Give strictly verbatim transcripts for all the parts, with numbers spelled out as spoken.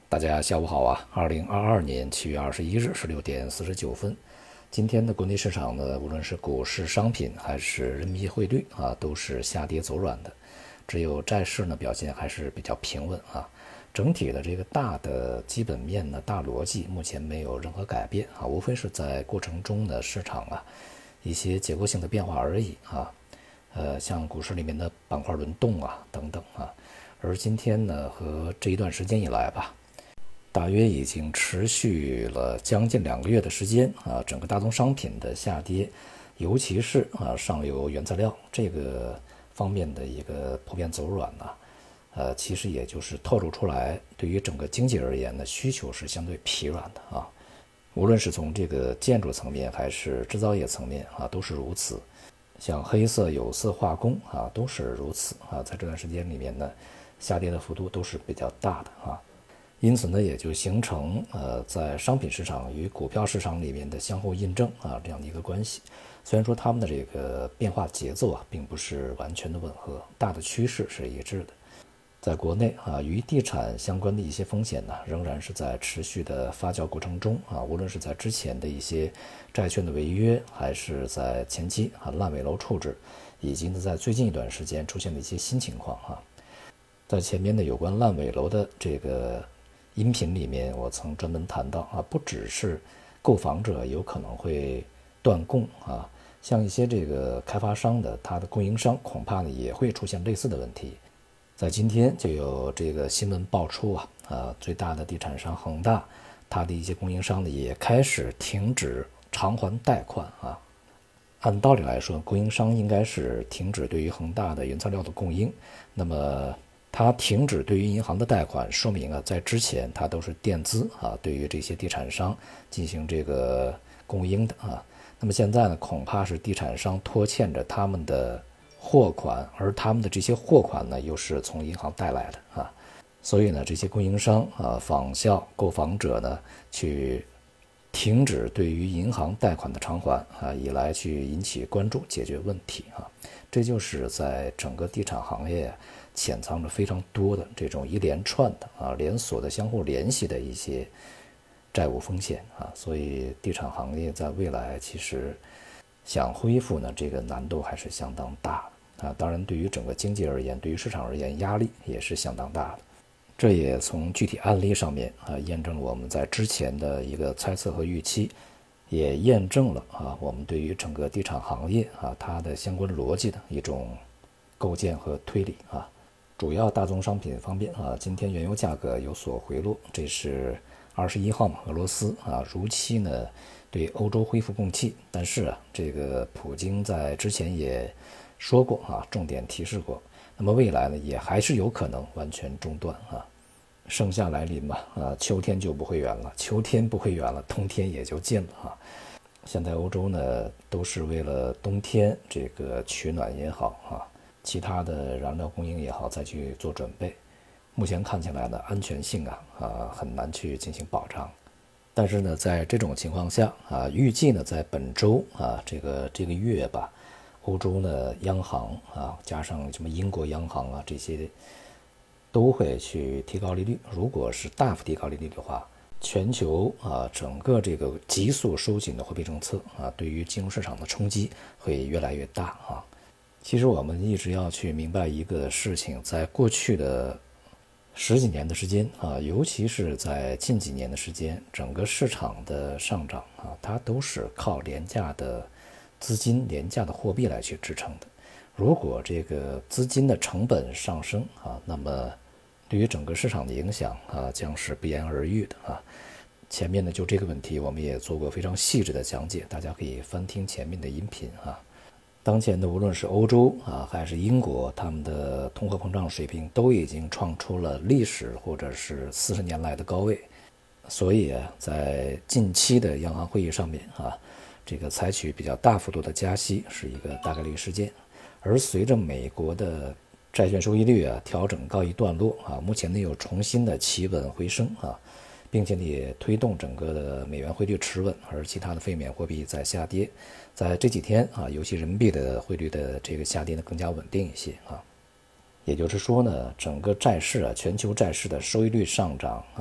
大家下午好啊！二零二二年七月二十一日十六点四十九分，今天的国内市场呢，无论是股市、商品还是人民币汇率啊，都是下跌走软的。只有债市呢表现还是比较平稳啊。整体的这个大的基本面呢、大逻辑目前没有任何改变啊，无非是在过程中的市场啊一些结构性的变化而已啊。呃，像股市里面的板块轮动啊等等啊。而今天呢和这一段时间以来吧，大约已经持续了将近两个月的时间啊，整个大宗商品的下跌，尤其是啊上游原材料这个方面的一个普遍走软呢、啊，呃，其实也就是透露出来，对于整个经济而言呢，需求是相对疲软的啊，无论是从这个建筑层面还是制造业层面啊，都是如此。像黑色、有色、化工啊，都是如此啊，在这段时间里面呢，下跌的幅度都是比较大的啊。因此呢，也就形成呃，在商品市场与股票市场里面的相互印证啊这样的一个关系。虽然说他们的这个变化节奏啊，并不是完全的吻合，大的趋势是一致的。在国内啊，与地产相关的一些风险呢，仍然是在持续的发酵过程中啊。无论是在之前的一些债券的违约，还是在前期啊烂尾楼处置，以及呢在最近一段时间出现的一些新情况啊。在前面的有关烂尾楼的这个音频里面，我曾专门谈到啊，不只是购房者有可能会断供啊，像一些这个开发商的它的供应商恐怕呢也会出现类似的问题。在今天就有这个新闻爆出啊，啊最大的地产商恒大，它的一些供应商呢也开始停止偿还贷款啊。按道理来说，供应商应该是停止对于恒大的原材料的供应，那么它停止对于银行的贷款，说明啊，在之前它都是垫资啊，对于这些地产商进行这个供应的啊。那么现在呢，恐怕是地产商拖欠着他们的货款，而他们的这些货款呢，又是从银行贷来的啊。所以呢，这些供应商啊，仿效购房者呢，去停止对于银行贷款的偿还啊，以来去引起关注，解决问题啊。这就是在整个地产行业潜藏着非常多的这种一连串的啊连锁的相互联系的一些债务风险啊，所以地产行业在未来其实想恢复呢，这个难度还是相当大的啊。当然，对于整个经济而言，对于市场而言，压力也是相当大的。这也从具体案例上面啊，验证了我们在之前的一个猜测和预期，也验证了啊我们对于整个地产行业啊它的相关逻辑的一种构建和推理啊。主要大宗商品方面啊，今天原油价格有所回落，这是二十一号嘛，俄罗斯啊如期呢对欧洲恢复供气，但是啊，这个普京在之前也说过啊，重点提示过，那么未来呢也还是有可能完全中断啊。盛夏来临嘛，啊，秋天就不会远了，秋天不会远了，冬天也就近了啊。现在欧洲呢都是为了冬天这个取暖也好啊，其他的燃料供应也好，再去做准备。目前看起来呢，安全性啊啊很难去进行保障。但是呢，在这种情况下啊，预计呢在本周啊这个这个月吧，欧洲呢央行啊加上什么英国央行啊这些都会去提高利率。如果是大幅提高利率的话，全球啊整个这个急速收紧的货币政策啊，对于金融市场的冲击会越来越大啊。其实我们一直要去明白一个事情，在过去的十几年的时间啊，尤其是在近几年的时间，整个市场的上涨啊，它都是靠廉价的资金、廉价的货币来去支撑的。如果这个资金的成本上升啊，那么对于整个市场的影响啊，将是不言而喻的啊。前面呢，就这个问题，我们也做过非常细致的讲解，大家可以翻听前面的音频啊。当前的无论是欧洲啊还是英国，他们的通货膨胀水平都已经创出了历史或者是四十年来的高位，所以啊，在近期的央行会议上面啊，这个采取比较大幅度的加息是一个大概率事件。而随着美国的债券收益率啊调整告一段落啊，目前呢又重新的企稳回升啊，并且呢也推动整个的美元汇率持稳，而其他的非美货币在下跌。在这几天啊，尤其人民币的汇率的这个下跌呢更加稳定一些啊。也就是说呢，整个债市啊，全球债市的收益率上涨啊，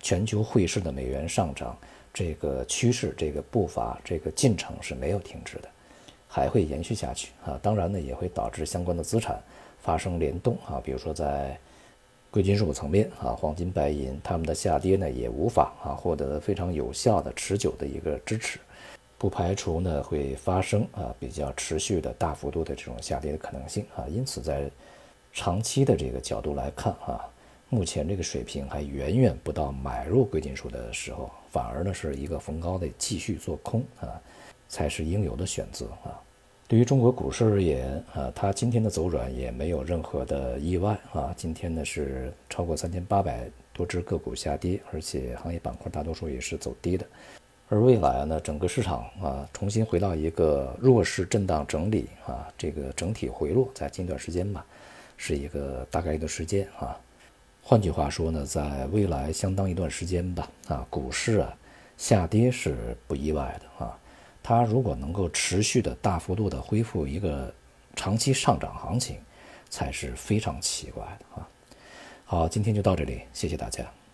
全球汇市的美元上涨这个趋势、这个步伐、这个进程是没有停止的，还会延续下去啊。当然呢，也会导致相关的资产发生联动啊，比如说在贵金属层面啊，黄金、白银，它们的下跌呢也无法啊获得非常有效的、持久的一个支持，不排除呢会发生啊比较持续的大幅度的这种下跌的可能性啊。因此，在长期的这个角度来看啊，目前这个水平还远远不到买入贵金属的时候，反而呢是一个逢高的继续做空啊，才是应有的选择啊。对于中国股市而言啊，它今天的走软也没有任何的意外啊。今天呢是超过三千八百多只个股下跌，而且行业板块大多数也是走低的。而未来呢，整个市场啊重新回到一个弱势震荡整理啊，这个整体回落在近段时间吧，是一个大概率的时间啊。换句话说呢，在未来相当一段时间吧啊，股市啊下跌是不意外的啊。它如果能够持续的大幅度的恢复一个长期上涨行情，才是非常奇怪的啊。好，今天就到这里，谢谢大家。